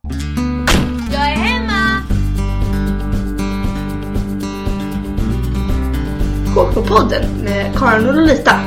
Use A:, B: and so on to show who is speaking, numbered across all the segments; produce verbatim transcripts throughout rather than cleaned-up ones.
A: Jag är hemma!
B: Gå på podden med Karin och Lolita.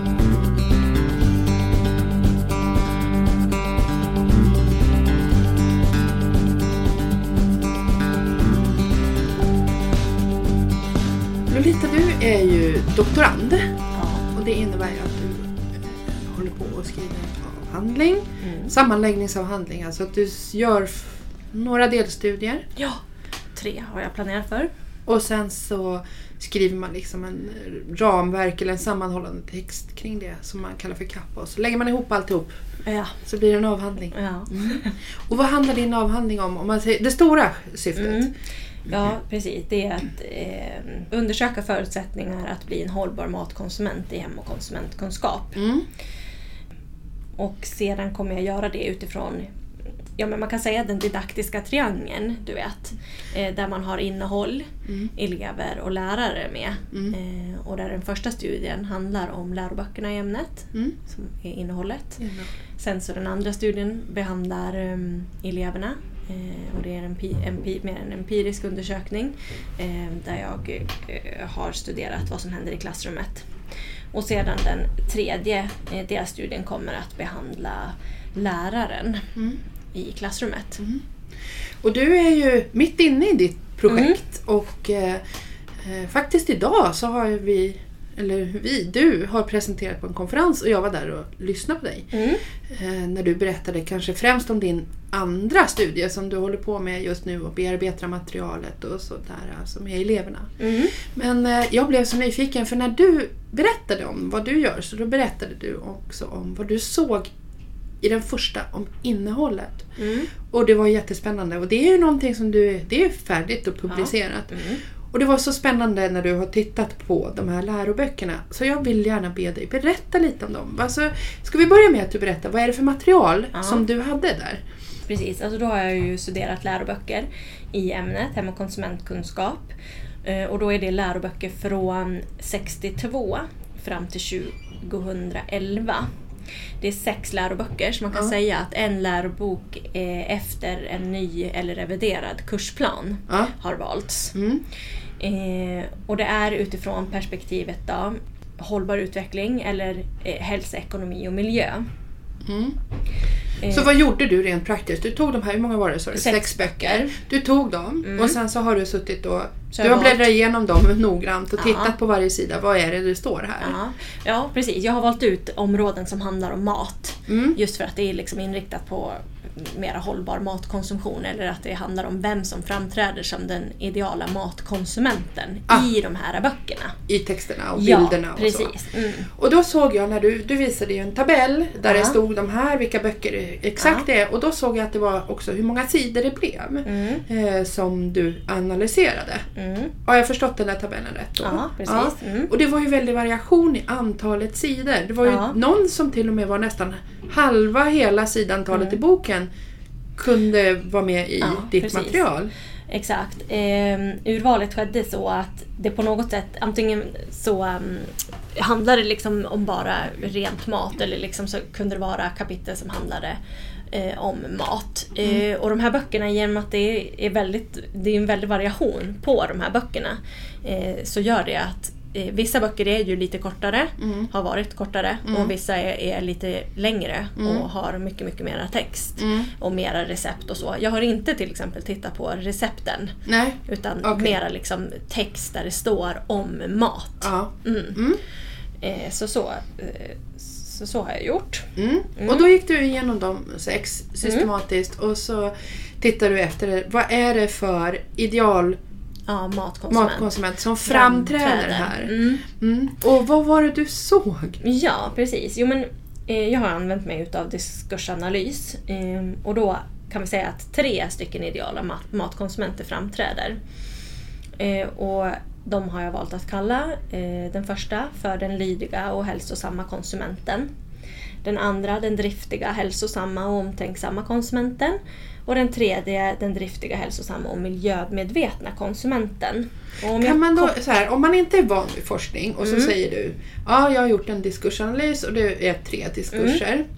C: Lolita, du är ju doktorand. Ja. Och det innebär ju att du eh, håller på och skriver avhandling. Mm. Sammanläggningsavhandling. Alltså att du gör f- några delstudier.
A: Ja, tre har jag planerat för.
C: Och sen så skriver man liksom en ramverk eller en sammanhållande text kring det som man kallar för kappa. Och så lägger man ihop alltihop.
A: Ja.
C: Så blir det en avhandling.
A: Ja.
C: Mm. Och vad handlar din avhandling om? Om man säger, det stora syftet.
A: Mm. Ja, precis. Det är att eh, undersöka förutsättningar att bli en hållbar matkonsument i hem- och konsumentkunskap.
C: Mm.
A: Och sedan kommer jag göra det utifrån, ja men man kan säga den didaktiska triangeln, du vet. Eh, där man har innehåll, mm. elever och lärare med. Mm. Eh, och där den första studien handlar om läroböckerna i ämnet, mm. som är innehållet. Mm. Sen så den andra studien behandlar um, eleverna. Eh, och det är en, en, mer en empirisk undersökning eh, där jag eh, har studerat vad som händer i klassrummet. Och sedan den tredje eh, delstudien kommer att behandla läraren mm. i klassrummet.
C: Mm. Och du är ju mitt inne i ditt projekt mm. och eh, eh, faktiskt idag så har vi, eller vi, du har presenterat på en konferens och jag var där och lyssnade på dig. Mm. Eh, när du berättade kanske främst om din andra studie som du håller på med just nu och bearbetar materialet och sådär som är eleverna. Mm. Men eh, jag blev så nyfiken för när du berättade om vad du gör så då berättade du också om vad du såg i den första om innehållet. Mm. Och det var jättespännande och det är ju någonting som du, det är färdigt och publicerat. Ja. Mm. Och det var så spännande när du har tittat på de här läroböckerna. Så jag vill gärna be dig berätta lite om dem. Alltså, ska vi börja med att du berättar, vad är det för material ja. som du hade där?
A: Precis, alltså då har jag ju studerat läroböcker i ämnet hem- och konsumentkunskap. Och då är det läroböcker från sextiotvå fram till tjugoelva. Det är sex läroböcker så man kan ja. säga att en lärobok eh, efter en ny eller reviderad kursplan ja. har valts. Mm. Eh, och det är utifrån perspektivet då, hållbar utveckling eller eh, hälsa, ekonomi och miljö.
C: Mm. Så vad gjorde du rent praktiskt? Du tog de här, hur många var det? Så Sex, Sex böcker. Du tog dem mm. och sen så har du suttit och så du har bläddrat igenom dem noggrant och ja. tittat på varje sida. Vad är det det står här?
A: Ja, ja precis. Jag har valt ut områden som handlar om mat. Mm. Just för att det är liksom inriktat på mera hållbar matkonsumtion eller att det handlar om vem som framträder som den ideala matkonsumenten ah. i de här böckerna.
C: I texterna och bilderna
A: ja, precis.
C: och så.
A: Mm.
C: Och då såg jag när du, du visade ju en tabell där ja. det stod de här, vilka böcker det exakt ja. är. Och då såg jag att det var också hur många sidor det blev mm. eh, som du analyserade. Mm. Har jag förstått den där tabellen rätt då?
A: Ja, precis. Ja. Mm.
C: Och det var ju väldigt variation i antalet sidor. Det var ju ja. någon som till och med var nästan halva hela sidantalet mm. i boken kunde vara med i ja, ditt precis. material.
A: Exakt. Eh, urvalet skedde så att det på något sätt antingen så um, handlade det liksom om bara rent mat eller liksom så kunde det vara kapitel som handlade eh, om mat. Mm. Eh, och de här böckerna, genom att det är väldigt, det är en väldig variation på de här böckerna eh, så gör det att eh, vissa böcker är ju lite kortare, mm. har varit kortare mm. och vissa är, är lite längre mm. och har mycket, mycket mera text mm. och mera recept och så. Jag har inte till exempel tittat på recepten. Nej. Utan okay. mera liksom text där det står om mat. Ja. Mm. Mm. Eh, så, så, eh, så så har jag gjort.
C: Mm. Mm. Och då gick du igenom dem sex systematiskt mm. och så tittar du efter vad är det för ideal
A: Ja, matkonsument.
C: matkonsument som framträder, framträder. här. Mm. Mm. Och vad var det du såg?
A: Ja, precis. Jo, men, eh, jag har använt mig av diskursanalys. Eh, och då kan vi säga att tre stycken ideala mat- matkonsumenter framträder. Eh, och de har jag valt att kalla eh, den första för den lydiga och hälsosamma konsumenten. Den andra, den driftiga, hälsosamma och omtänksamma konsumenten. Och den tredje, den driftiga, hälsosamma och miljömedvetna konsumenten. Och om
C: kan man då, så här, om man inte är van vid forskning och så mm. säger du, ja jag har gjort en diskursanalys och det är tre diskurser.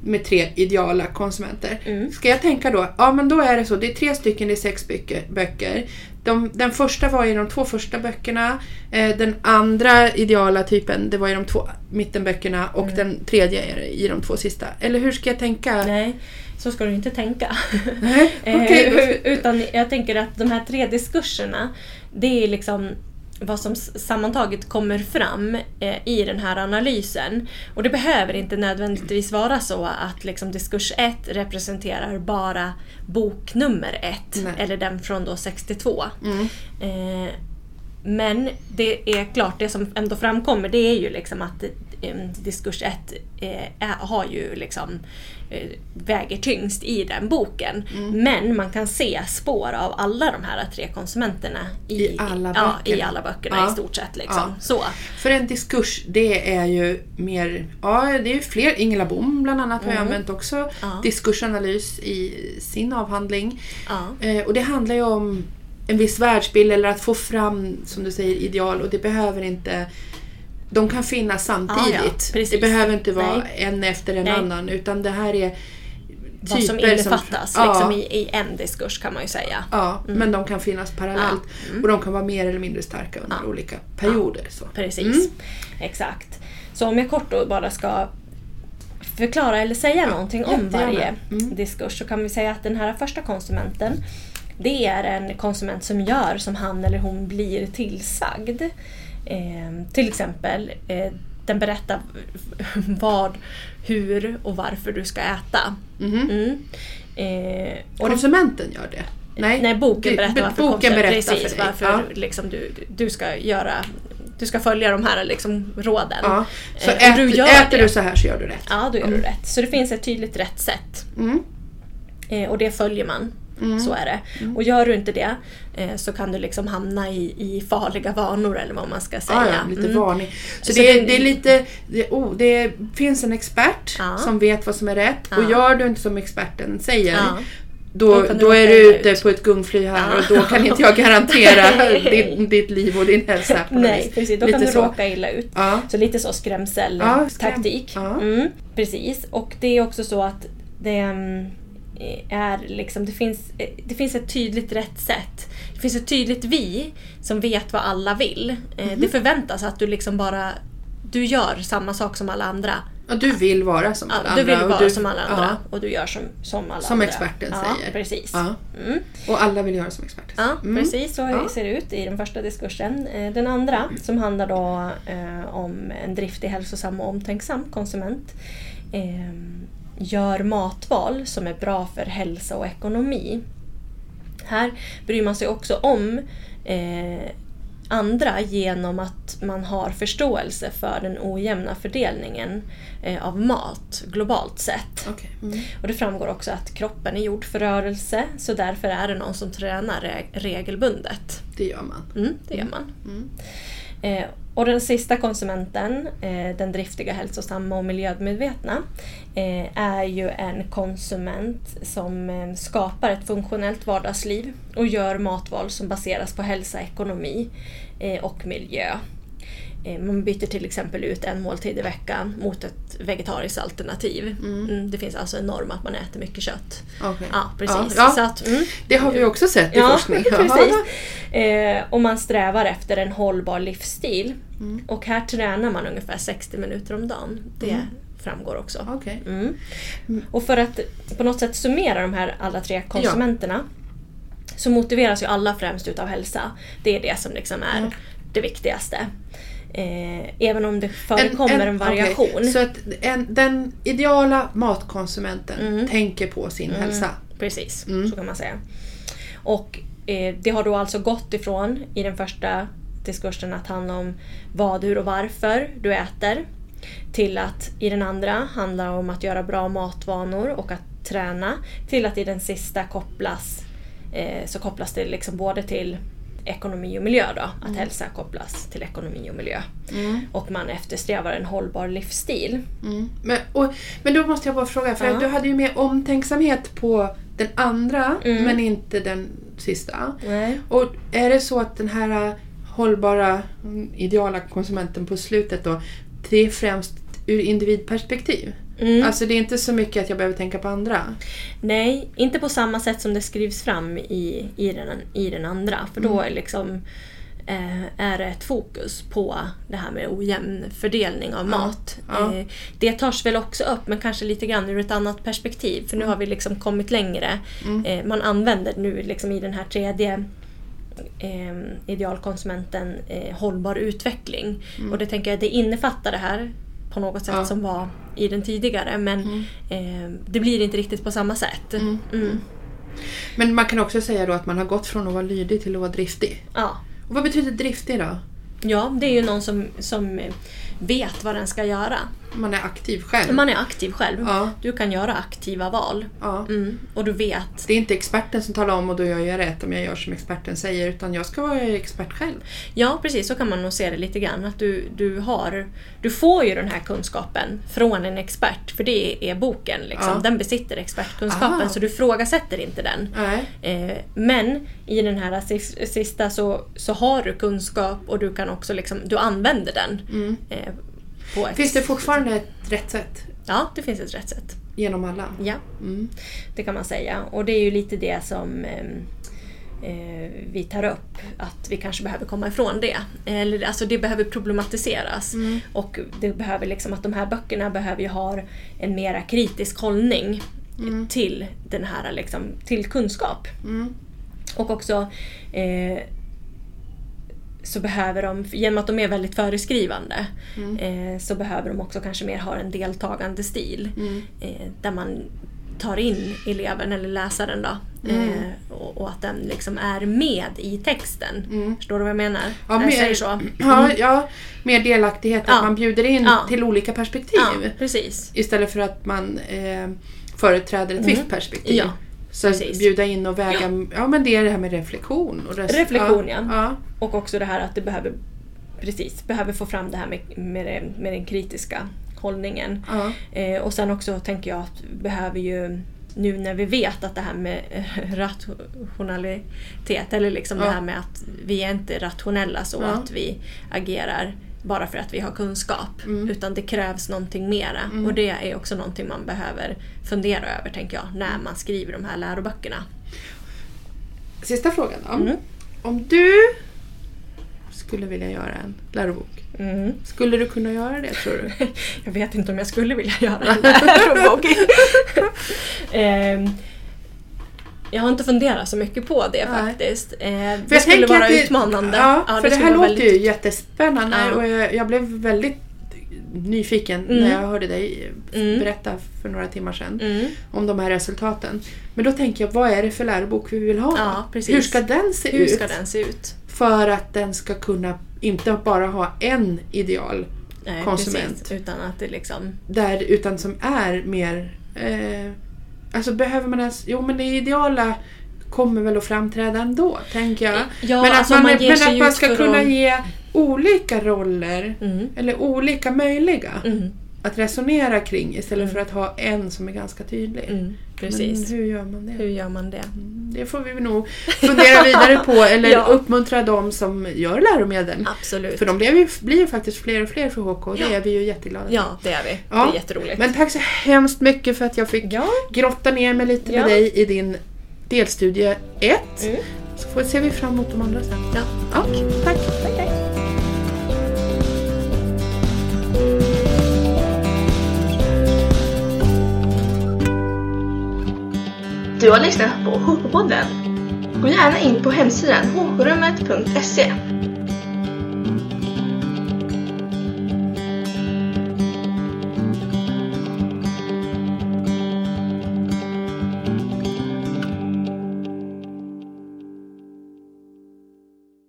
C: med tre ideala konsumenter.
A: Mm.
C: Ska jag tänka då, ja men då är det så, det är tre stycken, det är sex böcker. böcker. De, den första var i de två första böckerna, eh, den andra ideala typen, det var i de två mittenböckerna och mm. den tredje är i de två sista. Eller hur ska jag tänka?
A: Nej, så ska du inte tänka.
C: Nej, okay.
A: eh, utan jag tänker att de här tre diskurserna, det är liksom vad som sammantaget kommer fram eh, i den här analysen. Och det behöver inte nödvändigtvis vara så att liksom diskurs ett representerar bara bok nummer ett. Nej. Eller den från då sextiotvå. Mm. Eh, men det är klart, det som ändå framkommer, det är ju liksom att eh, diskurs ett eh, har ju liksom eh, väger tyngst i den boken. Mm. Men man kan se spår av alla de här tre konsumenterna i,
C: I, alla,
A: i,
C: ja,
A: i alla böckerna ja. I stort sett. Liksom. Ja. Så.
C: För en diskurs, det är ju mer, ja det är ju fler, Ingela Bom bland annat har mm. jag använt också ja. Diskursanalys i sin avhandling. Ja. Eh, och det handlar ju om en viss världsbild eller att få fram, som du säger, ideal, och det behöver inte, de kan finnas samtidigt. Ah, ja, det behöver inte vara Nej. En efter en Nej. Annan, utan det här är
A: vad som innefattas som, liksom, ja. i, i en diskurs kan man ju säga.
C: Ja, mm. men de kan finnas parallellt ja. mm. och de kan vara mer eller mindre starka under ja. Olika perioder. Ja. Så.
A: Precis, mm. exakt. Så om jag kort då bara ska förklara eller säga ja. Någonting om varje mm. diskurs, så kan vi säga att den här första konsumenten, det är en konsument som gör som han eller hon blir tillsagd. Eh, till exempel, eh, den berättar vad, hur och varför du ska äta. Mm. Mm. Eh, och
C: konsumenten gör det? Nej,
A: nej boken berättar varför,
C: boken berättar
A: precis,
C: för dig.
A: varför
C: ja.
A: Liksom du, du ska göra... Du ska följa de här liksom, råden.
C: Ja. Så eh, ät, du gör äter det. Du så här så gör du rätt.
A: Ja, då gör
C: mm.
A: du rätt. Så det finns ett tydligt rätt sätt. Mm. Eh, och det följer man. Mm. Så är det. Mm. Och gör du inte det eh, så kan du liksom hamna i, i farliga vanor eller vad man ska säga.
C: Ah, ja, lite mm. varning. Så, så det, det, det är lite det, oh, det finns en expert ja. Som vet vad som är rätt ja. Och gör du inte som experten säger ja. Då, då, då är du ute ut. På ett gungfly här ja. Och då kan inte jag garantera ditt, ditt liv och din hälsa. På
A: Nej, precis. Då lite kan du så. Råka illa ut. Ja. Så lite så skrämseltaktik. Ja, skräm. ja. mm, precis. Och det är också så att det är liksom, det finns, det finns ett tydligt rätt sätt. Det finns ett tydligt vi som vet vad alla vill. Mm-hmm. Det förväntas att du liksom bara du gör samma sak som alla andra.
C: Ja, du vill vara som alla
A: ja,
C: andra.
A: Du vill vara
C: du,
A: som alla andra
C: ja.
A: Och du gör som, som alla
C: som
A: andra.
C: Som experten
A: ja,
C: säger.
A: Precis.
C: Ja.
A: Mm.
C: Och alla vill göra som experten.
A: Ja,
C: mm.
A: precis. Så
C: ja.
A: Ser det ut i den första diskursen. Den andra som handlar då eh, om en driftig, hälsosam och omtänksam konsument. Eh, gör matval som är bra för hälsa och ekonomi. Här bryr man sig också om eh, andra genom att man har förståelse för den ojämna fördelningen eh, av mat globalt sett.
C: Okay. Mm.
A: Och det framgår också att kroppen är gjord för rörelse, så därför är det någon som tränar re- regelbundet.
C: Det gör man.
A: Mm, det gör man.
C: Mm.
A: Eh, och den sista konsumenten, eh, den driftiga, hälsosamma och miljömedvetna, eh, är ju en konsument som eh, skapar ett funktionellt vardagsliv och gör matval som baseras på hälsa, ekonomi eh, och miljö. Eh, man byter till exempel ut en måltid i veckan mot ett vegetariskt alternativ. Mm. Mm, det finns alltså en norm att man äter mycket kött.
C: Okay.
A: Ja, precis.
C: Ja, ja.
A: Så att, mm,
C: det har vi också sett i
A: ja,
C: forskning.
A: Precis. Eh, och man strävar efter en hållbar livsstil. Mm. Och här tränar man ungefär sextio minuter om dagen. Det mm. framgår också.
C: Okay.
A: Mm. Och för att på något sätt summera de här alla tre konsumenterna ja. Så motiveras ju alla främst utav hälsa. Det är det som liksom är mm. det viktigaste. Eh, även om det förekommer en, en, en variation.
C: Okay. Så att en, den ideala matkonsumenten mm. tänker på sin mm. hälsa.
A: Precis, mm. så kan man säga. Och eh, det har då alltså gått ifrån i den första diskursen att handla om vad, hur och varför du äter, till att i den andra handlar om att göra bra matvanor och att träna, till att i den sista kopplas eh, så kopplas det liksom både till ekonomi och miljö då, att mm. hälsa kopplas till ekonomi och miljö. Mm. Och man eftersträvar en hållbar livsstil.
C: Mm. Men, och, men då måste jag bara fråga, för ja. Du hade ju mer omtänksamhet på den andra, mm. men inte den sista.
A: Nej.
C: Och är det så att den här hållbara, ideala konsumenten på slutet då, det är främst ur individperspektiv? Mm. Alltså det är inte så mycket att jag behöver tänka på andra.
A: Nej, inte på samma sätt som det skrivs fram i, i, den, i den andra. För då är, liksom, eh, är det ett fokus på det här med ojämn fördelning av mat.
C: Ja.
A: Eh, det tas väl också upp, men kanske lite grann ur ett annat perspektiv. För nu har vi liksom kommit längre.
C: Mm.
A: Eh, man använder nu liksom i den här tredje eh, idealkonsumenten eh, hållbar utveckling.
C: Mm.
A: Och det tänker jag, det innefattar det här på något sätt
C: Ja.
A: som var i den tidigare, men
C: Mm.
A: eh, det blir inte riktigt på samma sätt.
C: Mm.
A: Mm.
C: Men man kan också säga då att man har gått från att vara lydig till att vara driftig.
A: Ja.
C: Och vad betyder driftig då?
A: ja, det är ju någon som, som vet vad den ska göra.
C: Man är aktiv själv.
A: Man är aktiv själv.
C: Ja.
A: Du kan göra aktiva val.
C: Ja.
A: Mm. Och du vet.
C: Det är inte experten som talar om och då gör jag rätt om jag gör som experten säger, utan jag ska vara expert själv.
A: Ja, precis. Så kan man nog se det lite grann. Att du, du, har, du får ju den här kunskapen från en expert. För det är boken. Liksom.
C: Ja.
A: Den besitter expertkunskapen.
C: Aha.
A: Så du frågasätter inte den.
C: Nej.
A: Eh, men i den här sista så, så har du kunskap. Och du kan också liksom, du använder den.
C: Mm.
A: Eh, på ett,
C: Finns det fortfarande ett rätt sätt?
A: Ja, det finns ett rätt sätt.
C: Genom alla?
A: Ja.
C: Mm.
A: Det kan man säga. Och det är ju lite det som eh, eh, vi tar upp. Att vi kanske behöver komma ifrån det. Eller, alltså det behöver problematiseras.
C: Mm.
A: Och det behöver liksom att de här böckerna behöver ju ha en mera kritisk hållning
C: Mm.
A: till den här liksom, till kunskap.
C: Mm.
A: Och också eh, så behöver de, genom att de är väldigt föreskrivande,
C: Mm.
A: eh, så behöver de också kanske mer ha en deltagande stil.
C: Mm.
A: Eh, där man tar in eleven eller läsaren då.
C: Mm.
A: Eh, och, och att den liksom är med i texten.
C: Mm.
A: Förstår du vad jag menar?
C: Ja,
A: Jag
C: mer,
A: säger så.
C: ja, ja, mer delaktighet,
A: Ja.
C: att man bjuder in
A: Ja.
C: till olika perspektiv.
A: Ja, precis.
C: Istället för att man eh, företräder ett
A: Mm.
C: visst perspektiv.
A: Ja,
C: så
A: precis.
C: bjuda in och väga, ja. ja men det är det här med reflektion. Och rest,
A: Reflektion,
C: ja.
A: ja.
C: ja.
A: Och också det här att det behöver, precis, behöver få fram det här med, med, det, med den kritiska hållningen.
C: ja.
A: Eh, och sen också tänker jag att vi behöver ju, nu när vi vet att det här med eh, rationalitet, eller liksom
C: Ja.
A: det här med att vi är inte rationella så
C: Ja.
A: att vi agerar bara för att vi har kunskap,
C: Mm.
A: utan det krävs någonting mera.
C: Mm.
A: Och det är också någonting man behöver fundera över, tänker jag, när man skriver de här läroböckerna.
C: Sista frågan då.
A: Mm.
C: Om du skulle vilja göra en lärobok,
A: Mm.
C: skulle du kunna göra det, tror du?
A: Jag vet inte om jag skulle vilja göra en lärobok. eh, jag har inte funderat så mycket på det.
C: Nej.
A: faktiskt. Eh,
C: För
A: det
C: jag
A: skulle
C: tänker
A: vara
C: att det-
A: utmanande.
C: Ja,
A: Ja,
C: för det,
A: skulle
C: här
A: vara
C: låter
A: väldigt-
C: ju jättespännande
A: Ja.
C: och jag, jag blev väldigt nyfiken
A: Mm.
C: när jag hörde dig
A: Mm.
C: berätta för några timmar sedan
A: Mm.
C: om de här resultaten. Men då tänker jag, vad är det för lärobok vi vill ha?
A: Ja, precis.
C: Hur ska den se
A: Hur
C: ut?
A: ska den se ut?
C: För att den ska kunna inte bara ha en ideal
A: Nej,
C: konsument.
A: precis, utan att det liksom...
C: där, utan som är mer eh, alltså behöver man ens, jo men det ideala kommer väl att framträda ändå, tänker jag.
A: Ja,
C: men att
A: alltså
C: man,
A: man
C: är-
A: ger
C: men
A: sig
C: att man
A: ut
C: ska
A: för
C: kunna
A: att-
C: ge olika roller
A: Mm.
C: eller olika möjliga
A: Mm.
C: att resonera kring istället
A: Mm.
C: för att ha en som är ganska tydlig.
A: Mm. Precis.
C: Men hur gör man det?
A: Hur gör man det?
C: Det får vi nog fundera vidare på eller
A: Ja.
C: uppmuntra dem som gör läromedel.
A: Absolut.
C: För de blir ju, blir ju faktiskt fler och fler för H K. Det
A: Ja.
C: är vi ju jätteglada för.
A: Ja, det är vi.
C: Ja.
A: Det är jätteroligt.
C: Men tack så hemskt mycket för att jag fick
A: Ja.
C: grotta ner mig lite med
A: Ja.
C: dig i din delstudie ett.
A: Mm.
C: Så får vi se vi fram emot de andra sen.
A: Ja.
C: Ja, tack.
A: Tack, tack.
B: Du har lyssnat på H K-podden. Gå gärna in på hemsidan h k rummet punkt se.